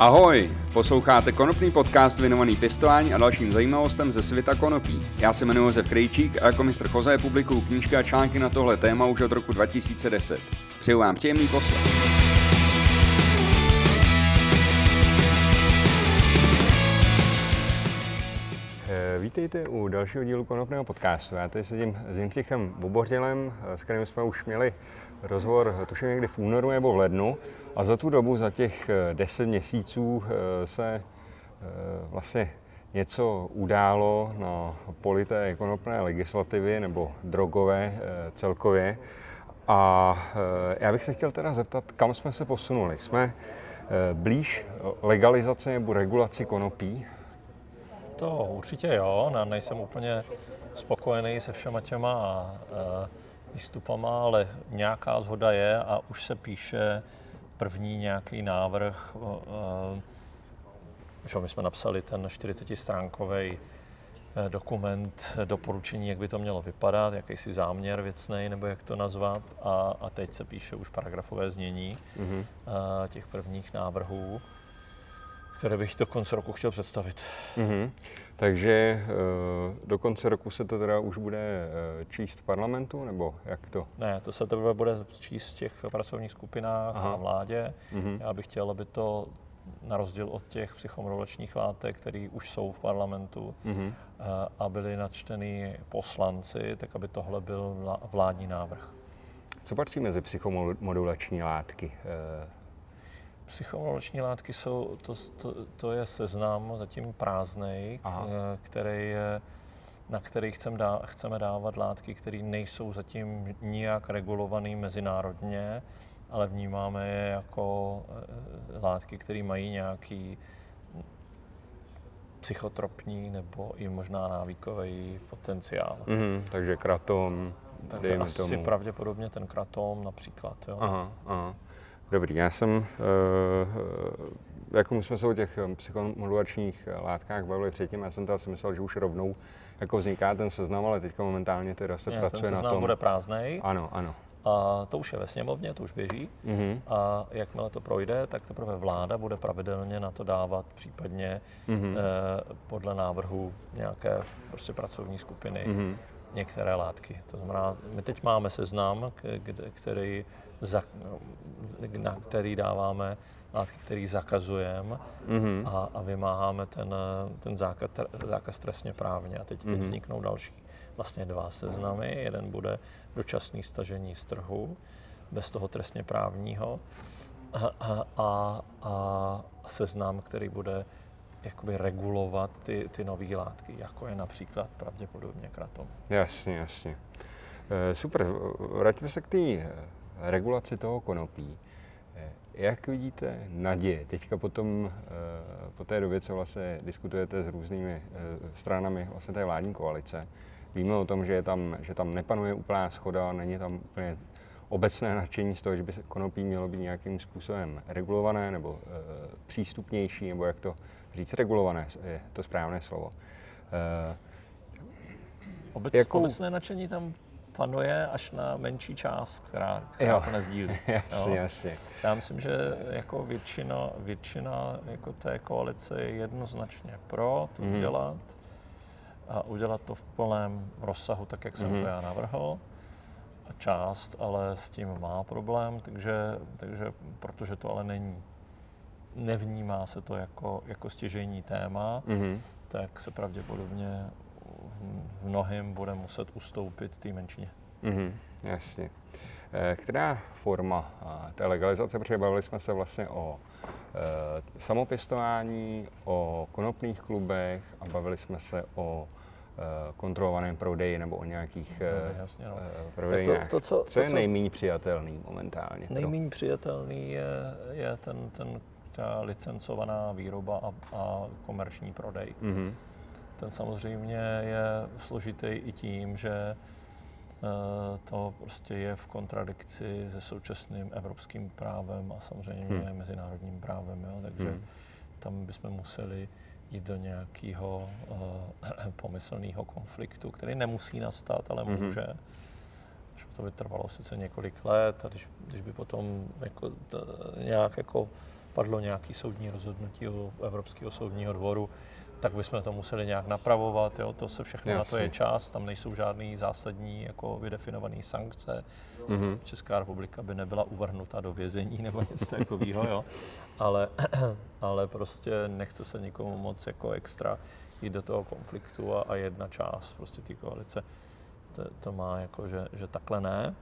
Ahoj, posloucháte konopný podcast věnovaný pěstování a dalším zajímavostem ze světa konopí. Já se jmenuji Josef Krejčík a jako mistr Choze publikuju knížky a články na tohle téma už od roku 2010. Přeju vám příjemný poslech. Vítejte u dalšího dílu konopného podcastu. Já tady sedím s Jindřichem Vobořilem, s kterým jsme už měli rozhovor, tuším někdy v únoru nebo v lednu. A za tu dobu, za těch 10 měsíců se vlastně něco událo na poli té konopné legislativy nebo drogové celkově. A já bych se chtěl teda zeptat, kam jsme se posunuli. Jsme blíž legalizaci nebo regulaci konopí? To určitě jo, nejsem úplně spokojený se všema těma výstupama, ale nějaká shoda je a už se píše první nějaký návrh. My jsme napsali ten 40stránkový dokument doporučení, jak by to mělo vypadat, jakýsi záměr věcnej, nebo jak to nazvat. A teď se píše už paragrafové znění těch prvních návrhů, které bych do konce roku chtěl představit. Takže do konce roku se to teda už bude číst v parlamentu, nebo jak to? Ne, to se teprve bude číst v těch pracovních skupinách a vládě. Já bych chtěl, aby to na rozdíl od těch psychomodulačních látek, které už jsou v parlamentu a byly načteny poslanci, tak aby tohle byl vládní návrh. Co patří mezi psychomodulační látky? Psychomodulační látky jsou, to je seznam zatím prázdnej, na který chceme dávat látky, které nejsou zatím nijak regulované mezinárodně, ale vnímáme je jako látky, které mají nějaký psychotropní nebo i možná návykový potenciál. Takže kratom, takže asi pravděpodobně ten kratom například. Jo. Aha. Dobrý, já jsem, jako my jsme se o těch psychomodulačních látkách bavili předtím, já jsem teda si myslel, že už rovnou jako vzniká ten seznam, ale teďka momentálně teda se pracuje na tom. Ten seznam bude prázdnej. Ano. A to už je ve sněmovně, to už běží. A jakmile to projde, tak teprve vláda bude pravidelně na to dávat případně podle návrhu nějaké prostě pracovní skupiny některé látky. To znamená, my teď máme seznam, na který dáváme látky, který zakazujeme a vymáháme ten zákaz trestně právně. A teď vzniknou další vlastně dva seznamy. Jeden bude dočasný stažení z trhu, bez toho trestně právního a seznam, který bude jakoby regulovat ty nové látky, jako je například pravděpodobně kratom. Jasně. Super, vraťme se k té regulaci toho konopí. Jak vidíte naděje teďka po té době, co vlastně diskutujete s různými stranami vlastně té vládní koalice? Víme o tom, že tam nepanuje úplná shoda, není tam úplně obecné nadšení z toho, že by se konopí mělo být nějakým způsobem regulované nebo přístupnější, nebo jak to říct, regulované je to správné slovo. Obecné nadšení tam panuje až na menší část, která to nezdílí. Jasně. Já myslím, že jako většina jako té koalice je jednoznačně pro to udělat a udělat to v plném rozsahu, tak jak jsem to já navrhl. A část ale s tím má problém, takže protože to ale nevnímá se to jako stěžejní téma, tak se pravděpodobně v mnohém bude muset ustoupit té menšině. Jasně. Která forma té legalizace, protože bavili jsme se vlastně o samopěstování, o konopných klubech a bavili jsme se o kontrolovaném prodeji nebo o nějakých prodejnách. Co je nejméně přijatelný momentálně? Nejméně přijatelný je ta licencovaná výroba a komerční prodej. Ten samozřejmě je složitý i tím, že to prostě je v kontradikci se současným evropským právem a samozřejmě mezinárodním právem. Jo? Takže tam bychom museli jít do nějakého pomyslného konfliktu, který nemusí nastat, ale může. To by trvalo sice několik let a když by potom nějak jako padlo nějaké soudní rozhodnutí u Evropského soudního dvoru, tak bychom to museli nějak napravovat, jo? To se všechno na to je čas, tam nejsou žádný zásadní jako vydefinované sankce. Česká republika by nebyla uvrhnuta do vězení nebo něco takového, jo? Ale prostě nechce se nikomu moc jako extra jít do toho konfliktu a jedna část prostě té koalice to má jako, že takhle ne.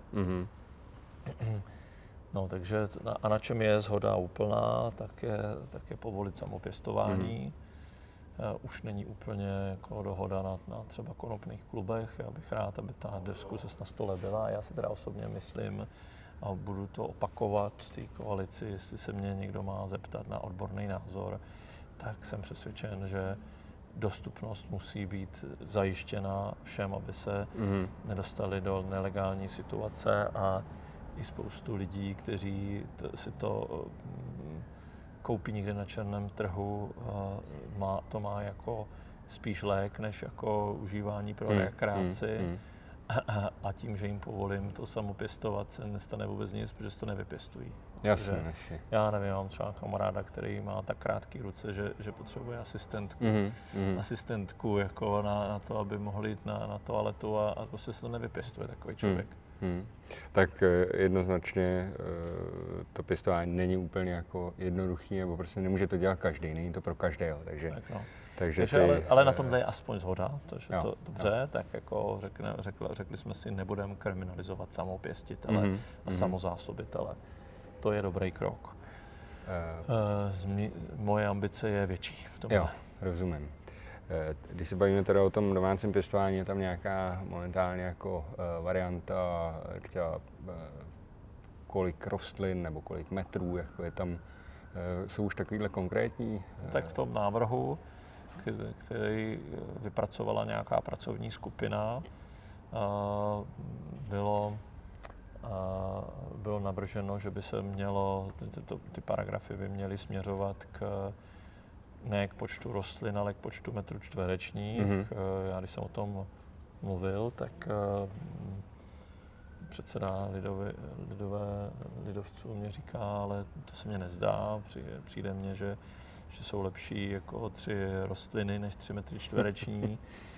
No, takže a na čem je shoda úplná, tak je povolit samopěstování. Už není úplně jako dohoda na třeba konopných klubech. Já bych rád, aby ta diskuse na stole byla. Já si teda osobně myslím, a budu to opakovat v té koalici, jestli se mě někdo má zeptat na odborný názor, tak jsem přesvědčen, že dostupnost musí být zajištěna všem, aby se nedostali do nelegální situace a i spoustu lidí, kteří si to koupí někde na černém trhu, to má jako spíš lék, než jako užívání pro rekreaci. A tím, že jim povolím to samopěstovat, se nestane vůbec nic, protože se to nevypěstují. Jasně. Já nevím, mám třeba kamaráda, který má tak krátké ruce, že potřebuje asistentku jako na to, aby mohl jít na toaletu a prostě se to nevypěstuje takový člověk. Tak jednoznačně to pěstování není úplně jako jednoduchý, nebo prostě nemůže to dělat každý, není to pro každého, takže ale na tomhle je aspoň shoda, takže to dobře, tak jako řekli jsme si, nebudeme kriminalizovat samopěstitele a samozásobitele. To je dobrý krok. Moje ambice je větší v tomhle. Jo, rozumím. Když se bavíme teda o tom domácím pěstování, je tam nějaká momentálně jako varianta, třeba kolik rostlin nebo kolik metrů, jako je tam, jsou už takovýhle konkrétní? Tak v tom návrhu, který vypracovala nějaká pracovní skupina, bylo navrženo, že by se mělo, ty paragrafy by měly směřovat ne k počtu rostlin, ale k počtu metrů čtverečních. Já když jsem o tom mluvil, tak předseda lidovců mě říká, ale to se mně nezdá, přijde mně, že jsou lepší jako 3 rostliny než 3 metry čtvereční.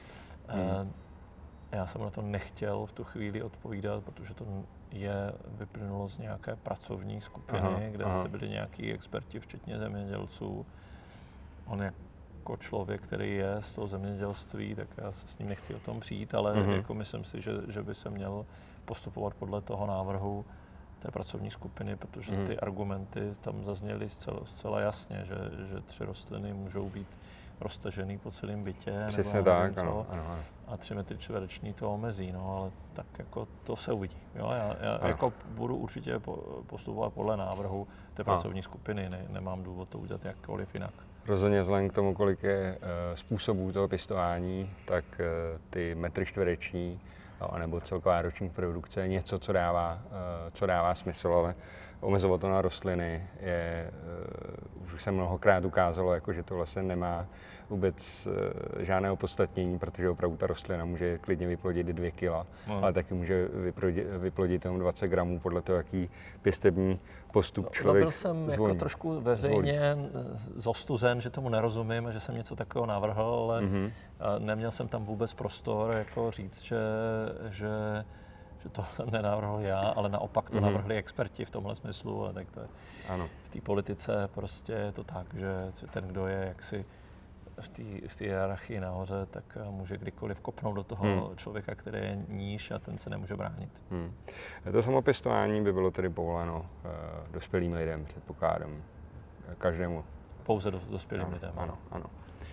Já jsem na to nechtěl v tu chvíli odpovídat, protože to vyplynulo z nějaké pracovní skupiny, kde zde byli nějaký experti, včetně zemědělců. On jako člověk, který je z toho zemědělství, tak já se s ním nechci o tom přijít, ale jako myslím si, že by se měl postupovat podle toho návrhu té pracovní skupiny, protože ty argumenty tam zazněly zcela jasně, že 3 rostliny můžou být roztažený po celém bytě. Přesně tak, ano. A 3 metry čtvereční to omezí, no, ale tak jako to se uvidí. Jo? Já jako budu určitě postupovat podle návrhu té pracovní skupiny, nemám důvod to udělat jakkoliv jinak. Rozhodně vzhledem k tomu, kolik je způsobů toho pěstování, tak ty metry čtvereční nebo celková roční produkce je něco, co dává smysl, ale omezovat to na rostliny už se mnohokrát ukázalo, jako, že to vlastně nemá vůbec žádné opodstatnění, protože opravdu ta rostlina může klidně vyplodit i 2 kila, ale taky může vyplodit jenom 20 gramů podle toho, jaký pěstební postup člověk byl jsem jako trošku veřejně zostuzen, že tomu nerozumím a že jsem něco takového navrhl, ale neměl jsem tam vůbec prostor jako říct, že to nenavrhl já, ale naopak to navrhli experti v tomhle smyslu. A tak to je. Ano. V té politice prostě je to tak, že ten, kdo je jaksi v té hierarchii nahoře, tak může kdykoliv kopnout do toho člověka, který je níž a ten se nemůže bránit. To samopěstování by bylo tedy povoleno dospělým lidem, předpokládám, každému. Pouze dospělým lidem. Ano.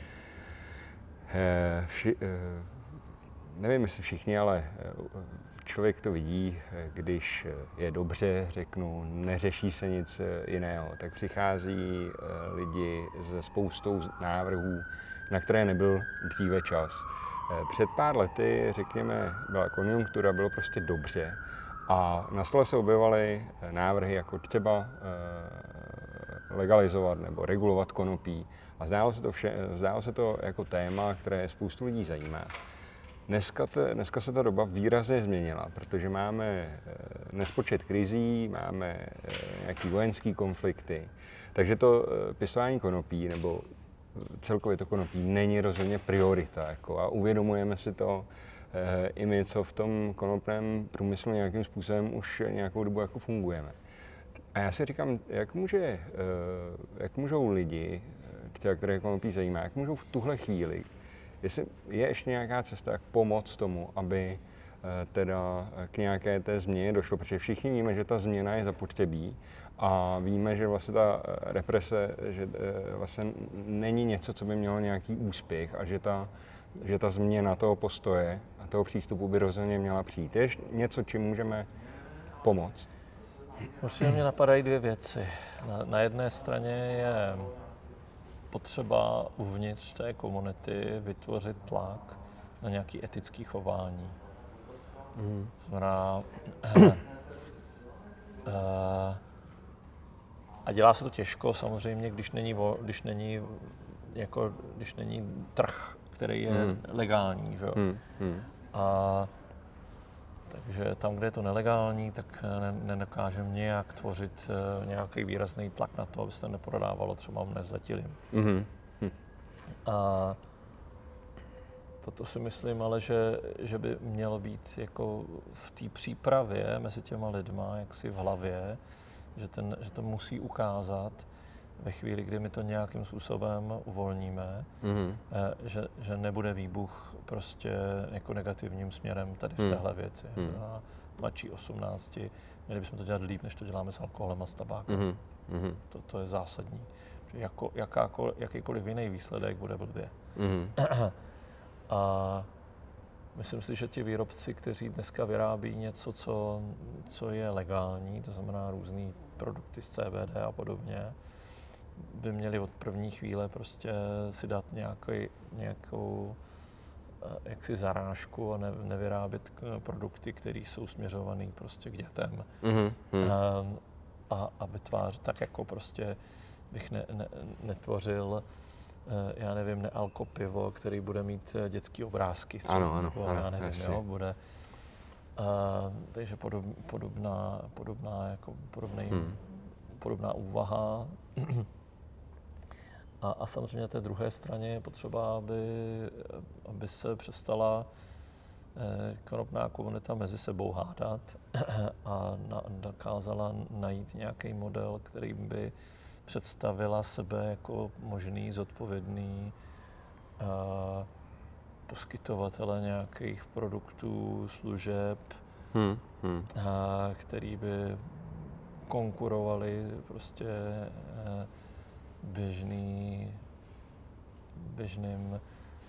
Nevím, jestli všichni, ale člověk to vidí, když je dobře, řeknu, neřeší se nic jiného, tak přichází lidi se spoustou návrhů, na které nebyl dříve čas. Před pár lety, řekněme, byla konjunktura, bylo prostě dobře a na stole se objevovaly návrhy jako třeba legalizovat nebo regulovat konopí a zdálo se to jako téma, které spoustu lidí zajímá. Dneska se ta doba výrazně změnila, protože máme nespočet krizí, máme nějaký vojenský konflikty, takže to pěstování konopí nebo celkově to konopí není rozhodně priorita. Jako, a uvědomujeme si to i my, co v tom konopném průmyslu nějakým způsobem už nějakou dobu jako fungujeme. A já si říkám, jak můžou lidi, které konopí zajímá, jak můžou v tuhle chvíli, jestli je ještě nějaká cesta, jak pomoct tomu, aby teda k nějaké té změně došlo, protože všichni víme, že ta změna je zapotřebí a víme, že vlastně ta represe, že vlastně není něco, co by mělo nějaký úspěch a že ta změna toho postoje a toho přístupu by rozhodně měla přijít. Je něco, čím můžeme pomoct? Určitě mě napadají dvě věci. Na jedné straně je potřeba uvnitř té komunity vytvořit tlak na nějaký etický chování. To znamená, a dělá se to těžko samozřejmě, když není trh, který je legální, že jo. A takže tam, kde je to nelegální, tak nedokážeme nějak tvořit nějaký výrazný tlak na to, aby se to neprodávalo třeba nezletilým. A toto si myslím, ale že by mělo být jako v té přípravě mezi těma lidma, jaksi v hlavě, že to musí ukázat ve chvíli, kdy my to nějakým způsobem uvolníme, že nebude výbuch prostě jako negativním směrem tady v téhle věci. A mladší 18, měli bychom to dělat líp, než to děláme s alkoholem a s tabákem. To je zásadní. Že jakýkoliv jiný výsledek bude blbě. A myslím si, že ti výrobci, kteří dneska vyrábí něco, co je legální, to znamená různý produkty z CBD a podobně, by měli od první chvíle prostě si dát nějakou jaksi zarážku a nevyrábět produkty, které jsou směřované prostě k dětem. A vytvářet tak, jako prostě bych netvořil, já nevím, nealkopivo, který bude mít dětský obrázky. Ano, já nevím, jo, bude. Takže podobná úvaha. A samozřejmě na té druhé straně je potřeba, aby se přestala konopná komunita mezi sebou hádat a dokázala najít nějaký model, který by představila sebe jako možný, zodpovědný poskytovatele nějakých produktů, služeb, který by konkurovali prostě běžným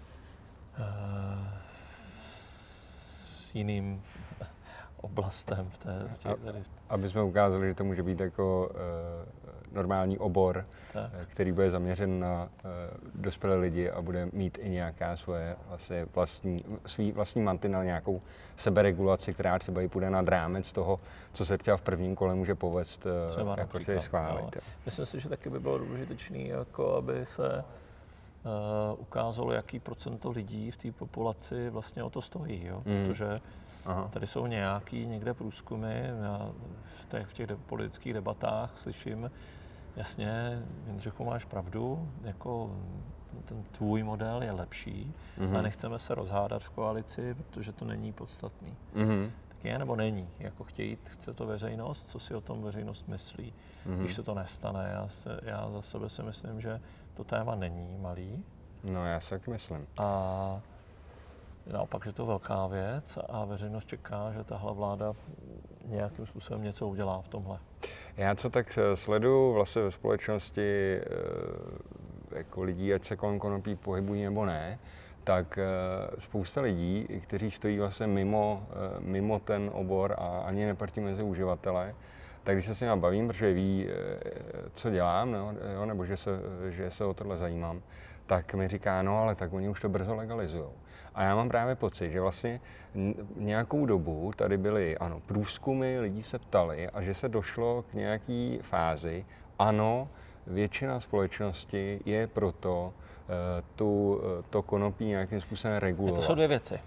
jiným oblastem tady. Aby jsme ukázali, že to může být jako normální obor, který bude zaměřen na dospělé lidi a bude mít i nějaká svoje vlastní mantinel, nějakou seberegulaci, která třeba i půjde nad rámec toho, co se třeba v prvním kole může povést jako si schválit. No. Myslím si, že taky by bylo důležitečné, jako aby se ukázalo, jaký procento lidí v té populaci vlastně o to stojí, jo? Protože tady jsou někde průzkumy, já v těch politických debatách slyším, jasně, Jindřichu, máš pravdu, jako ten tvůj model je lepší, ale nechceme se rozhádat v koalici, protože to není podstatný. Tak je nebo není, jako chce to veřejnost, co si o tom veřejnost myslí, když se to nestane. Já za sebe si myslím, že to téma není malý. No, já si taky myslím. A naopak, že to je velká věc a veřejnost čeká, že tahle vláda nějakým způsobem něco udělá v tomhle. Já co tak sleduju vlastně ve společnosti jako lidí, ať se kolem konopí pohybují nebo ne, tak spousta lidí, kteří stojí vlastně mimo ten obor a ani nepatří mezi uživatele, tak když se s nimi bavím, protože ví, co dělám, nebo že se o tohle zajímám, tak mi říká, no ale tak oni už to brzo legalizujou. A já mám právě pocit, že vlastně nějakou dobu tady byly, průzkumy, lidi se ptali a že se došlo k nějaký fázi, ano, většina společnosti je proto to konopí nějakým způsobem regulovat. To jsou dvě věci.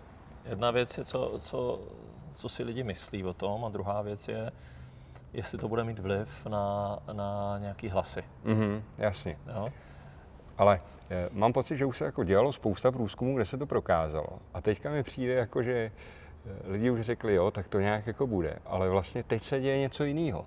Jedna věc je, co si lidi myslí o tom, a druhá věc je, jestli to bude mít vliv na nějaký hlasy. Jasně. Jo? Ale mám pocit, že už se jako dělalo spousta průzkumů, kde se to prokázalo. A teďka mi přijde jako, že lidi už řekli, jo, tak to nějak jako bude. Ale vlastně teď se děje něco jiného.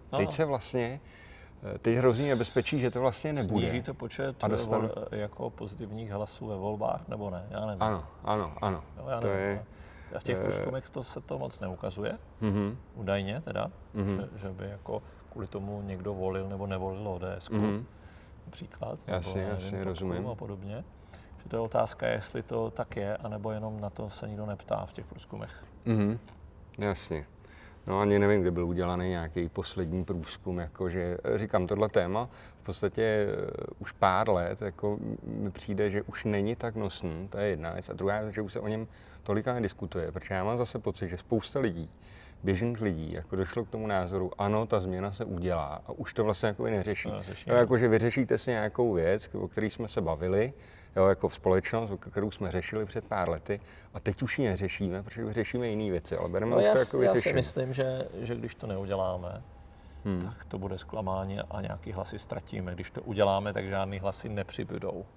Teď hrozí nebezpečí, že to vlastně nebude. Sníží to počet jako pozitivních hlasů ve volbách, nebo ne? Já nevím. Ano. Jo, já nevím. A v těch průzkumech se to moc neukazuje, údajně teda, že by jako kvůli tomu někdo volil nebo nevolil ODS, například, jasně, rozumím. A podobně. Že to je otázka, jestli to tak je, anebo jenom na to se nikdo neptá v těch průzkumech. Jasně. No ani nevím, kde byl udělaný nějaký poslední průzkum, jakože říkám, tohle téma v podstatě už pár let jako mi přijde, že už není tak nosný, to je jedna věc. A druhá věc, že už se o něm tolika nediskutuje, protože já mám zase pocit, že spousta lidí, běžných lidí, jako došlo k tomu názoru, ano, ta změna se udělá a už to vlastně jako neřeší. Jakože vyřešíte si nějakou věc, o které jsme se bavili, jo, jako společnost, kterou jsme řešili před pár lety a teď už ji neřešíme, protože řešíme jiné věci, ale bereme to jako vyřešení. Já si myslím, že když to neuděláme, tak to bude zklamání a nějaký hlasy ztratíme. Když to uděláme, tak žádný hlasy nepřibudou.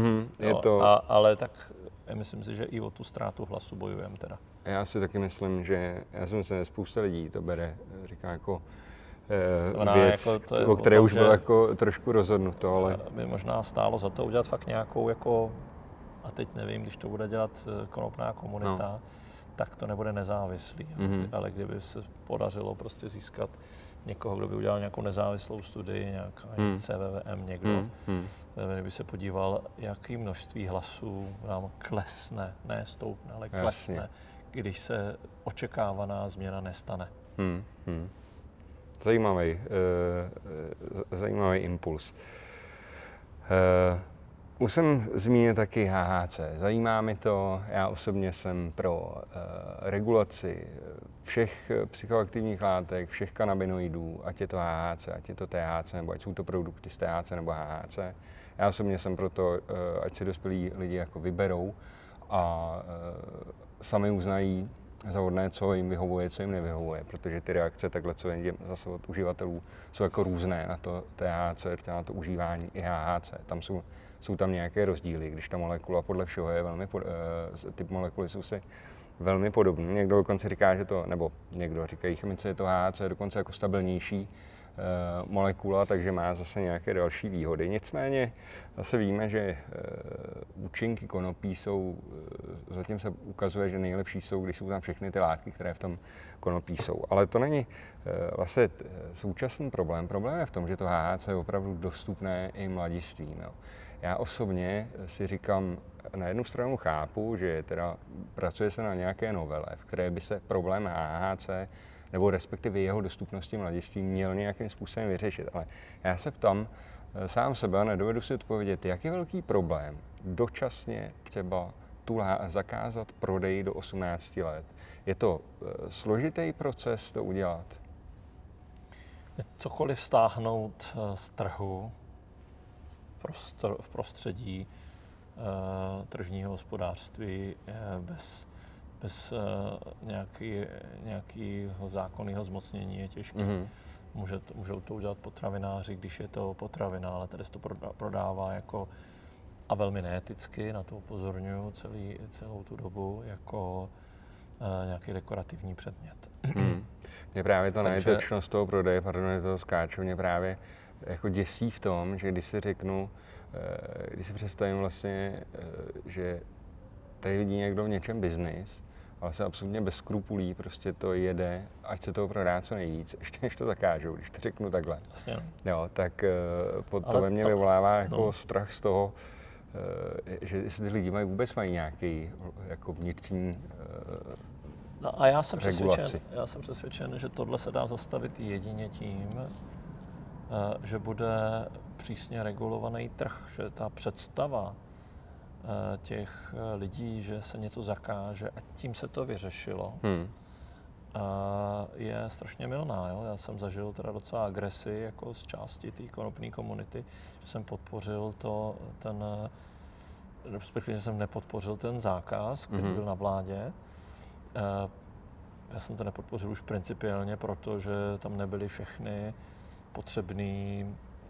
Ale tak myslím si, že i o tu ztrátu hlasu bojujeme teda. Já si taky myslím, že spousta lidí to bere, říká jako věc, jako o které už bylo jako trošku rozhodnuto, ale by možná stálo za to udělat fakt nějakou jako, a teď nevím, když to bude dělat konopná komunita, tak to nebude nezávislý. Ale kdyby se podařilo prostě získat někoho, kdo by udělal nějakou nezávislou studii, nějaká CVVM někdo, kdyby se podíval, jaký množství hlasů nám klesne, ne stoupne, ale klesne, když se očekávaná změna nestane. Zajímavý impuls. Už jsem zmínil taky HHC. Zajímá mi to, já osobně jsem pro regulaci všech psychoaktivních látek, všech kanabinoidů, ať je to HHC, ať je to THC, nebo ať jsou to produkty z THC nebo HHC. Já osobně jsem pro to, ať si dospělí lidi jako vyberou a sami uznají za vhodné, co jim vyhovuje, co jim nevyhovuje, protože ty reakce takhle, co vidím zase od uživatelů, jsou jako různé na to THC, na to užívání i HHC. Tam jsou tam nějaké rozdíly, když ta molekula podle všeho je velmi, typ molekuly jsou si velmi podobné. Někdo dokonce říká, že to, nebo někdo říkají chemici, je to HHC dokonce jako stabilnější molekula, takže má zase nějaké další výhody. Nicméně zase víme, že účinky konopí jsou, zatím se ukazuje, že nejlepší jsou, když jsou tam všechny ty látky, které v tom konopí jsou. Ale to není vlastně současný problém. Problém je v tom, že to HHC je opravdu dostupné i mladistvím. Jo. Já osobně si říkám, na jednu stranu chápu, že teda pracuje se na nějaké novele, v které by se problém HHC nebo respektive jeho dostupnosti mladiství měl nějakým způsobem vyřešit. Ale já se ptám sám sebe a nedovedu si odpovědět, jak je velký problém dočasně třeba zakázat prodej do 18 let. Je to složitý proces to udělat? Cokoliv stáhnout z trhu v prostředí tržního hospodářství bez nějakého zákonného zmocnění je těžké. Můžou to udělat potravináři, když je to potravina, ale tady se to prodává jako, a velmi neeticky, na to upozorňuji celou tu dobu, jako nějaký dekorativní předmět. Mě právě ta neetičnost toho prodeje, toho skáču, mě právě jako děsí v tom, že když si představím vlastně, že tady vidí někdo v něčem biznis, ale se absolutně bez skrupulí prostě to jede, ať se toho prodá co nejvíc, ještě než to zakážou, když to řeknu takhle. Jasně. Jo, tak to ve mně vyvolává jako strach z toho, že jestli ty lidi mají nějaký jako vnitřní a já jsem přesvědčen, že tohle se dá zastavit jedině tím, že bude přísně regulovaný trh, že ta představa těch lidí, že se něco zakáže a tím se to vyřešilo, je strašně mylná. Jo? Já jsem zažil teda docela agresi jako z části té konopné komunity, že jsem podpořil respektive jsem nepodpořil ten zákaz, který byl na vládě, Já jsem to nepodpořil už principiálně, protože tam nebyly všechny potřebné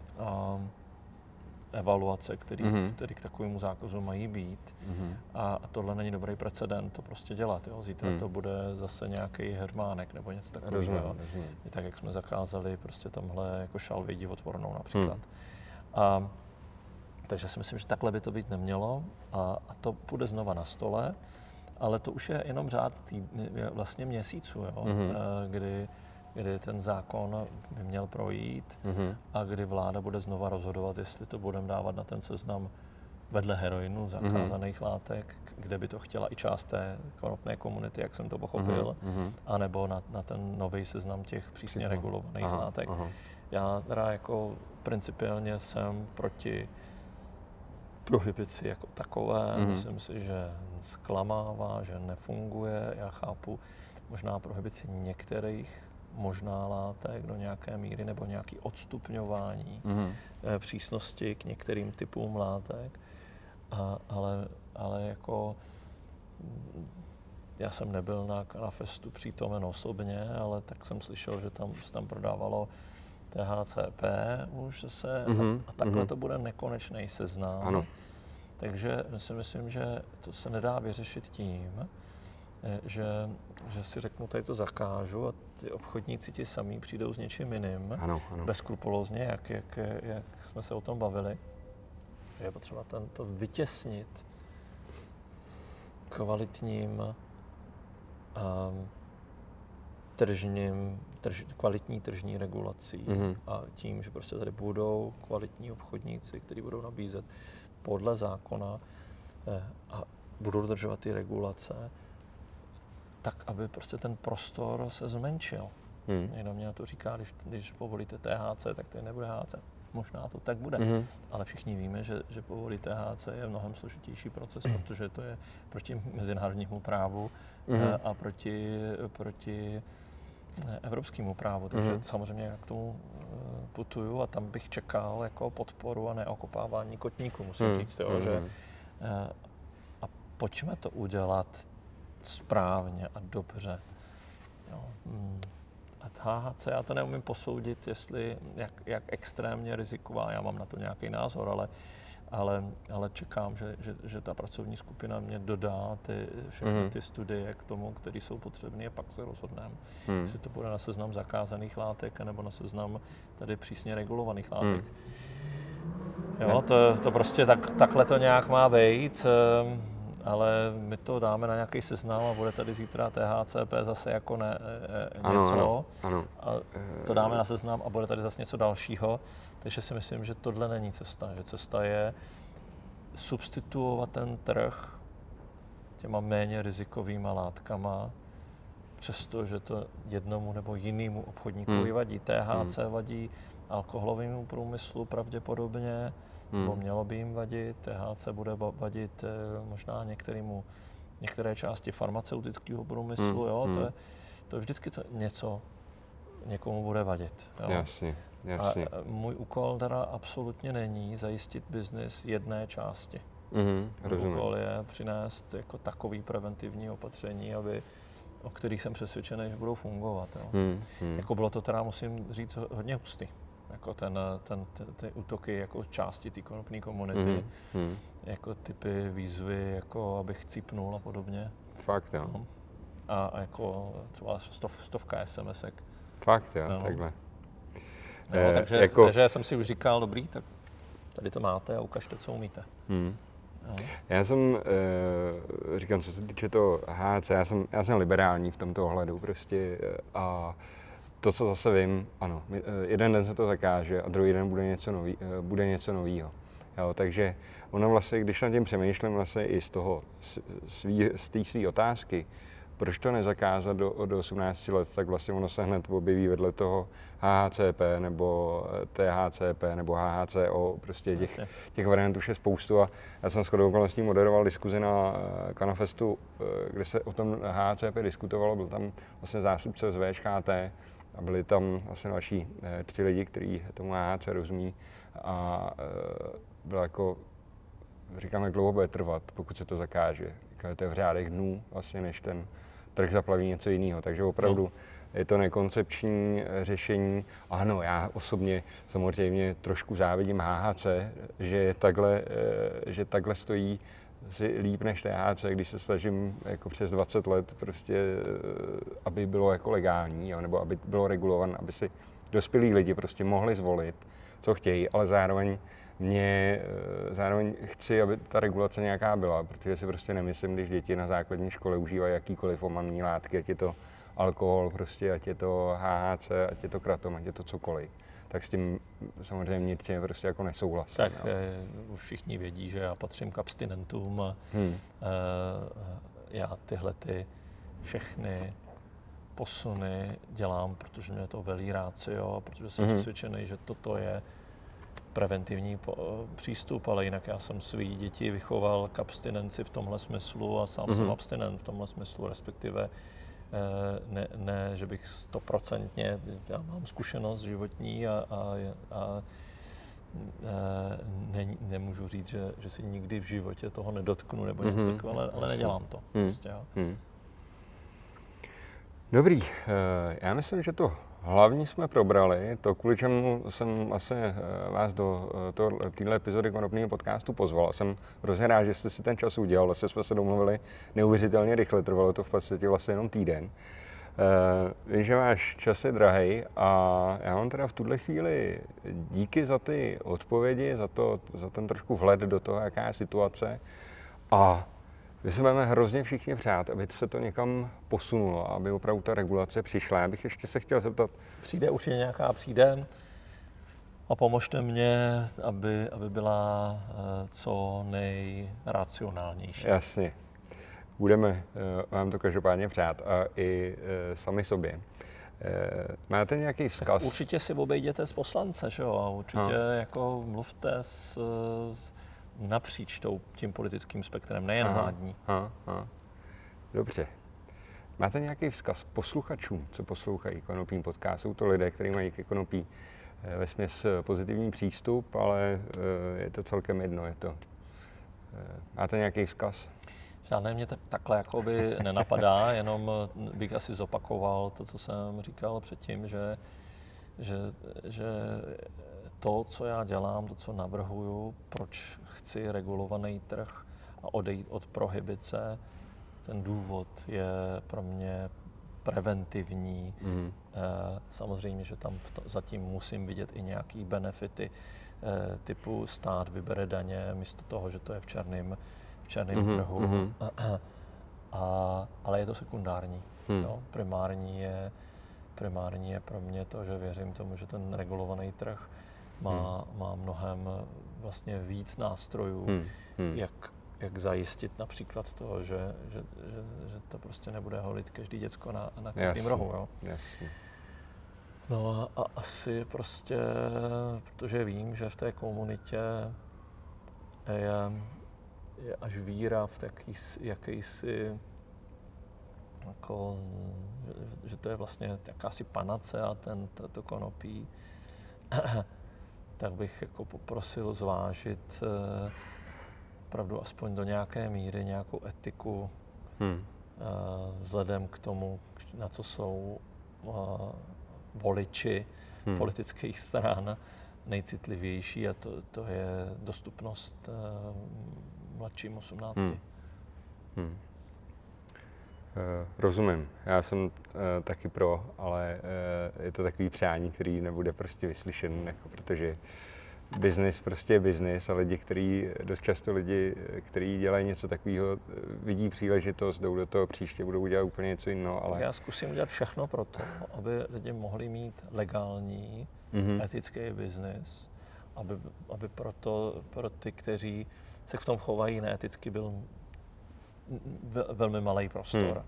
evaluace, které k takovému zákazu mají být. A tohle není dobrý precedent to prostě dělat. Jo. Zítra to bude zase nějaký heřmánek nebo něco takového. Tak, jak jsme zakázali prostě tamhle jako šalvěj divotvornou například. Takže si myslím, že takhle by to být nemělo a to půjde znova na stole, ale to už je jenom řád vlastně měsíců, jo, kdy ten zákon by měl projít a kdy vláda bude znova rozhodovat, jestli to budeme dávat na ten seznam vedle heroinu zakázaných látek, kde by to chtěla i část té konopné komunity, jak jsem to pochopil, anebo na ten nový seznam těch přísně regulovaných látek. Já teda jako principiálně jsem proti prohibici jako takové. Myslím si, že zklamává, že nefunguje. Já chápu možná prohibici některých možná látek do nějaké míry nebo nějaké odstupňování přísnosti k některým typům látek, ale jako já jsem nebyl na festu přítomen osobně, ale tak jsem slyšel, že tam prodávalo THCP už se a takhle to bude nekonečný seznam. Ano. Takže si myslím, že to se nedá vyřešit tím, že si řeknu, tady to zakážu a ty obchodníci ti samý přijdou s něčím jiným, bezskrupulózně, jak jsme se o tom bavili. Je potřeba to vytěsnit kvalitním kvalitní tržní regulací a tím, že prostě tady budou kvalitní obchodníci, kteří budou nabízet podle zákona a budou dodržovat ty regulace, tak, aby prostě ten prostor se zmenšil. Někdo mě to říká, když povolíte THC, tak to nebude HC. Možná to tak bude, ale všichni víme, že povolit THC je mnohem složitější proces, protože to je proti mezinárodnímu právu a proti evropskému právu, takže samozřejmě já k tomu putuju a tam bych čekal jako podporu a neokopávání kotníků, musím říct, jo, že a pojďme to udělat správně a dobře. Jo. A THC, já to neumím posoudit, jestli jak extrémně riziková, já mám na to nějaký názor, ale čekám, že ta pracovní skupina mě dodá všechny ty studie k tomu, které jsou potřebné a pak se rozhodneme, jestli to bude na seznam zakázaných látek nebo na seznam tady přísně regulovaných látek. Jo, to prostě takhle to nějak má být, ale my to dáme na nějaký seznam a bude tady zítra THCP zase jako něco. Ano. A to dáme na seznam a bude tady zase něco dalšího. Takže si myslím, že tohle není cesta. Že cesta je substituovat ten trh těma méně rizikovýma látkama, přestože to jednomu nebo jinému obchodníkovi vadí. THC vadí alkoholovému průmyslu pravděpodobně, nebo mělo by jim vadit. THC bude vadit možná některé části farmaceutického průmyslu. Jo? To je vždycky něco někomu bude vadit. Jo? Jasně. A můj úkol teda absolutně není zajistit biznis jedné části. Můj úkol je přinést jako takový preventivní opatření, o kterých jsem přesvědčený, že budou fungovat. Jo? Jako bylo to teda, musím říct, hodně hustý. Jako ty útoky jako části té konopné komunity, jako typy výzvy, jako abych cípnul a podobně. Fakt, jo. A jako třeba stovka SMS-ek. Fakt, jo, takhle. No, takže jsem si už říkal, dobrý, tak tady to máte a ukažte, co umíte. Já jsem, říkám, co se týče toho HC, já jsem liberální v tomto ohledu prostě a to, co zase vím, ano, jeden den se to zakáže a druhý den bude něco novýho. Jo, takže ono vlastně, když nad tím přemýšlím vlastně i z té své otázky, proč to nezakázat do 18 let, tak vlastně ono se hned objeví vedle toho HHCP nebo THCP nebo HHCO, prostě těch variantů už je spoustu a já jsem shodou okolností moderoval diskuzi na Kanafestu, kde se o tom HHCP diskutovalo, byl tam vlastně zástupce z VŠKT a byli tam vlastně další 3 lidi, kteří tomu HHC rozumí a bylo jako, říkám, jak dlouho bude trvat, pokud se to zakáže. To je v řádech dnů, vlastně, než ten trh zaplaví něco jiného. Takže opravdu je to nekoncepční řešení. Ano, já osobně samozřejmě trošku závidím HHC, že takhle stojí si líp než THC, když se snažím jako přes 20 let prostě, aby bylo jako legální, jo, nebo aby bylo regulované, aby si dospělí lidi prostě mohli zvolit, co chtějí, ale zároveň chci, aby ta regulace nějaká byla, protože si prostě nemyslím, když děti na základní škole užívají jakýkoliv omamné látky, ať je to alkohol, prostě, ať je to HHC, ať je to kratom, ať je to cokoliv, tak s tím samozřejmě nic prostě jako nesouhlasím. Tak už všichni vědí, že já patřím k abstinentům a já tyhle ty všechny posuny dělám, protože mě to velí ratio, protože jsem přesvědčený, že toto je preventivní přístup, ale jinak já jsem svý děti vychoval k abstinenci v tomhle smyslu a sám jsem abstinent v tomhle smyslu, respektive ne, že bych 100%, já mám zkušenost životní a nemůžu říct, že si nikdy v životě toho nedotknu nebo něco takového, ale nedělám to. Prostě, Dobrý, já myslím, že to hlavní jsme probrali, to kvůli čemu jsem asi vás do téhle epizody konopného podcastu pozval. Jsem hrozně rád, že jste si ten čas udělal, vlastně jsme se domluvili neuvěřitelně rychle, trvalo to v podstatě vlastně jenom týden. Vím, že váš čas je drahej a já vám teda v tuhle chvíli díky za ty odpovědi, za ten trošku vhled do toho, jaká je situace a my se budeme hrozně všichni přát, aby se to někam posunulo, aby opravdu ta regulace přišla. Já bych ještě se chtěl zeptat. Přijde určitě nějaká a pomožte mě, aby byla co nejracionálnější. Jasně. Budeme vám to každopádně přát a i sami sobě. Máte nějaký vzkaz? Tak určitě si obejděte s poslance, že jo? A určitě jako mluvte napříč tím politickým spektrem, nejen vládní. Dobře. Máte nějaký vzkaz posluchačům, co poslouchají konopný podcast? Jsou to lidé, kteří mají ke konopí vesměs pozitivní přístup, ale je to celkem jedno. Máte nějaký vzkaz? Žádné mě takhle jakoby nenapadá, jenom bych asi zopakoval to, co jsem říkal předtím, že to, co já dělám, to, co navrhuju, proč chci regulovaný trh a odejít od prohibice, ten důvod je pro mě preventivní. Samozřejmě, že tam zatím musím vidět i nějaký benefity typu stát vybere daně místo toho, že to je v černém trhu. Ale je to sekundární. Jo? Primární je pro mě to, že věřím tomu, že ten regulovaný trh má mnohem vlastně víc nástrojů, jak zajistit například to, že to prostě nebude holit každý děcko na každém rohu. Jo? Jasně. No a asi prostě, protože vím, že v té komunitě je až víra v jakýsi jako, že to je vlastně jakási panace a to konopí, tak bych jako poprosil zvážit opravdu aspoň do nějaké míry nějakou etiku vzhledem k tomu, na co jsou voliči politických stran nejcitlivější, a to je dostupnost mladším 18. Rozumím. Já jsem taky pro, ale je to takový přání, který nebude prostě vyslyšen, jako protože biznis prostě je biznis a dost často lidi, kteří dělají něco takového, vidí příležitost, jdou do toho, příště budou dělat úplně něco jiného. Ale... Já zkusím udělat všechno pro to, aby lidi mohli mít legální, etický biznis, aby pro ty, kteří se v tom chovají neeticky, byl velmi malý prostor.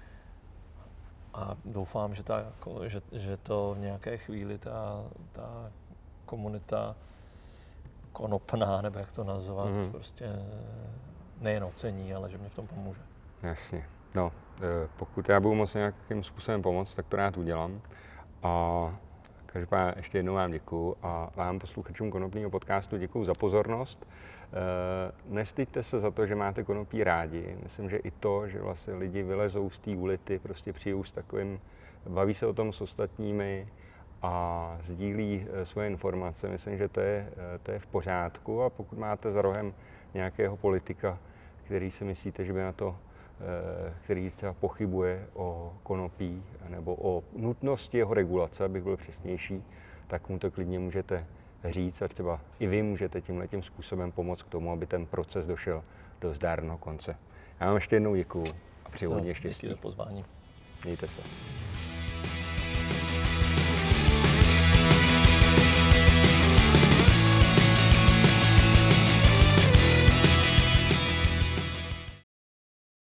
A doufám, že to v nějaké chvíli ta komunita konopná, nebo jak to nazvat, prostě nejen ocení, ale že mě v tom pomůže. Jasně. No, pokud já budu moct nějakým způsobem pomoct, tak to rád udělám. A Každopádně ještě jednou vám děkuju a vám posluchačům Konopného podcastu děkuju za pozornost. Nestyďte se za to, že máte konopí rádi. Myslím, že i to, že vlastně lidi vylezou z té ulity, prostě přijdou s takovým, baví se o tom s ostatními a sdílí svoje informace. Myslím, že to je v pořádku a pokud máte za rohem nějakého politika, který si myslíte, že by na to, který třeba pochybuje o konopí nebo o nutnosti jeho regulace, abych byl přesnější, tak mu to klidně můžete říct a třeba i vy můžete tímhletím způsobem pomoct k tomu, aby ten proces došel do zdárného konce. Já vám ještě jednou děkuju a přeji hodně štěstí. Díky za pozvání. Mějte se.